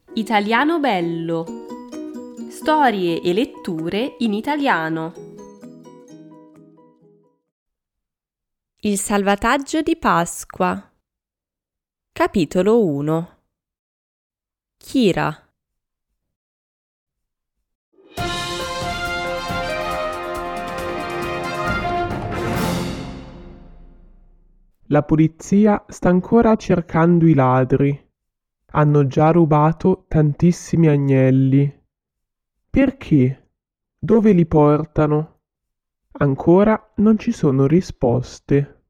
Italiano bello. Storie e letture in italiano. Il salvataggio di Pasqua. Capitolo 1. Kira. La polizia sta ancora cercando i ladri. Hanno già rubato tantissimi agnelli. Perché? Dove li portano? Ancora non ci sono risposte.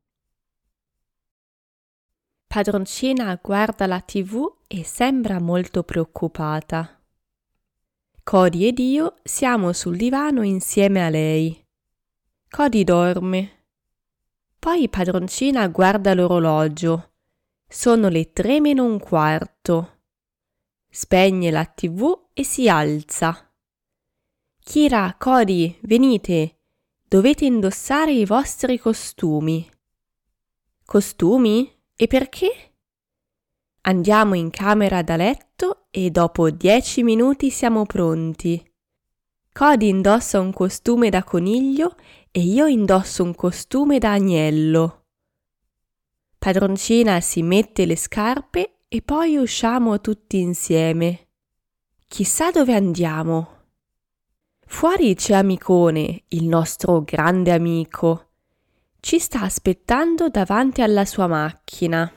Padroncina guarda la TV e sembra molto preoccupata. Cody ed io siamo sul divano insieme a lei. Cody dorme. Poi padroncina guarda l'orologio. Sono le 3:45. Spegne la TV e si alza. Kira, Cody, venite. Dovete indossare i vostri costumi. Costumi? E perché? Andiamo in camera da letto e dopo 10 minuti siamo pronti. Cody indossa un costume da coniglio e io indosso un costume da agnello. Padroncina si mette le scarpe e poi usciamo tutti insieme. Chissà dove andiamo. Fuori c'è Amicone, il nostro grande amico. Ci sta aspettando davanti alla sua macchina.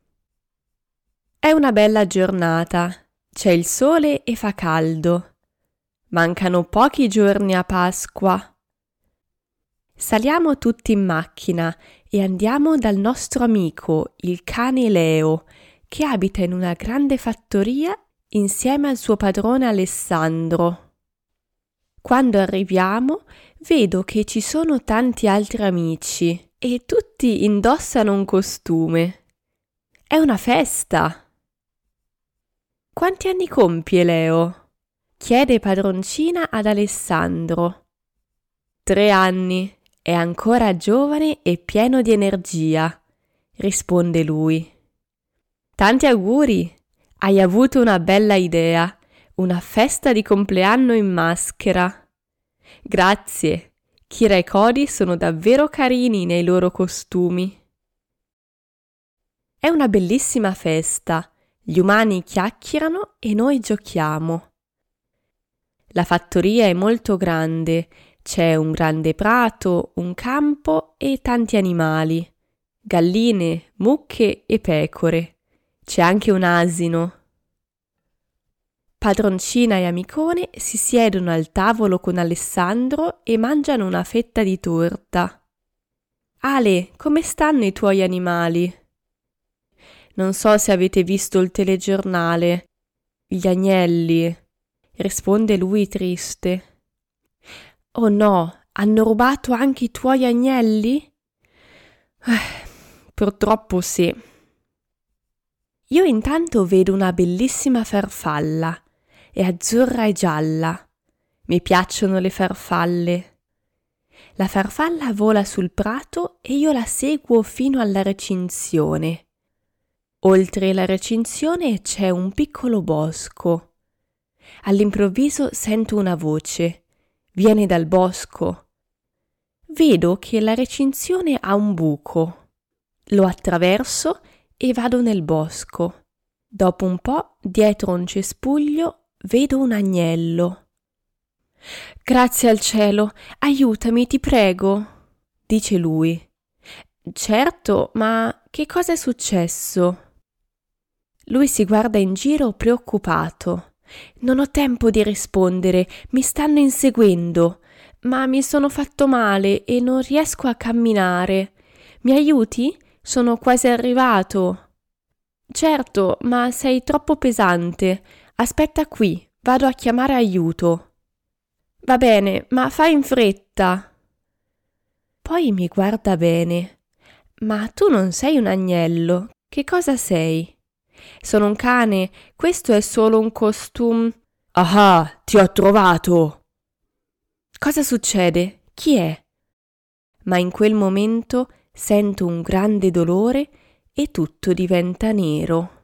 È una bella giornata, c'è il sole e fa caldo. Mancano pochi giorni a Pasqua. Saliamo tutti in macchina e andiamo dal nostro amico, il cane Leo, che abita in una grande fattoria insieme al suo padrone Alessandro. Quando arriviamo, vedo che ci sono tanti altri amici e tutti indossano un costume. È una festa! Quanti anni compie Leo? Chiede padroncina ad Alessandro. 3 anni, è ancora giovane e pieno di energia, risponde lui. Tanti auguri, hai avuto una bella idea, una festa di compleanno in maschera. Grazie, Kira e Cody sono davvero carini nei loro costumi. È una bellissima festa, gli umani chiacchierano e noi giochiamo. La fattoria è molto grande, c'è un grande prato, un campo e tanti animali, galline, mucche e pecore. C'è anche un asino. Padroncina e Amicone si siedono al tavolo con Alessandro e mangiano una fetta di torta. Ale, come stanno i tuoi animali? Non so se avete visto il telegiornale. Gli agnelli, risponde lui triste. Oh no, hanno rubato anche i tuoi agnelli? Purtroppo sì. Io intanto vedo una bellissima farfalla. È azzurra e gialla. Mi piacciono le farfalle. La farfalla vola sul prato e io la seguo fino alla recinzione. Oltre la recinzione c'è un piccolo bosco. All'improvviso sento una voce. Viene dal bosco. Vedo che la recinzione ha un buco. Lo attraverso e vado nel bosco. Dopo un po', dietro un cespuglio, vedo un agnello. Grazie al cielo, aiutami, ti prego, dice lui. Certo, ma che cosa è successo? Lui si guarda in giro preoccupato. Non ho tempo di rispondere, mi stanno inseguendo, ma mi sono fatto male e non riesco a camminare. Mi aiuti? Sono quasi arrivato. Certo, ma sei troppo pesante. Aspetta qui, vado a chiamare aiuto. Va bene, ma fai in fretta. Poi mi guarda bene. Ma tu non sei un agnello. Che cosa sei? Sono un cane, questo è solo un costume. Ah, ti ho trovato! Cosa succede? Chi è? Ma in quel momento sento un grande dolore e tutto diventa nero.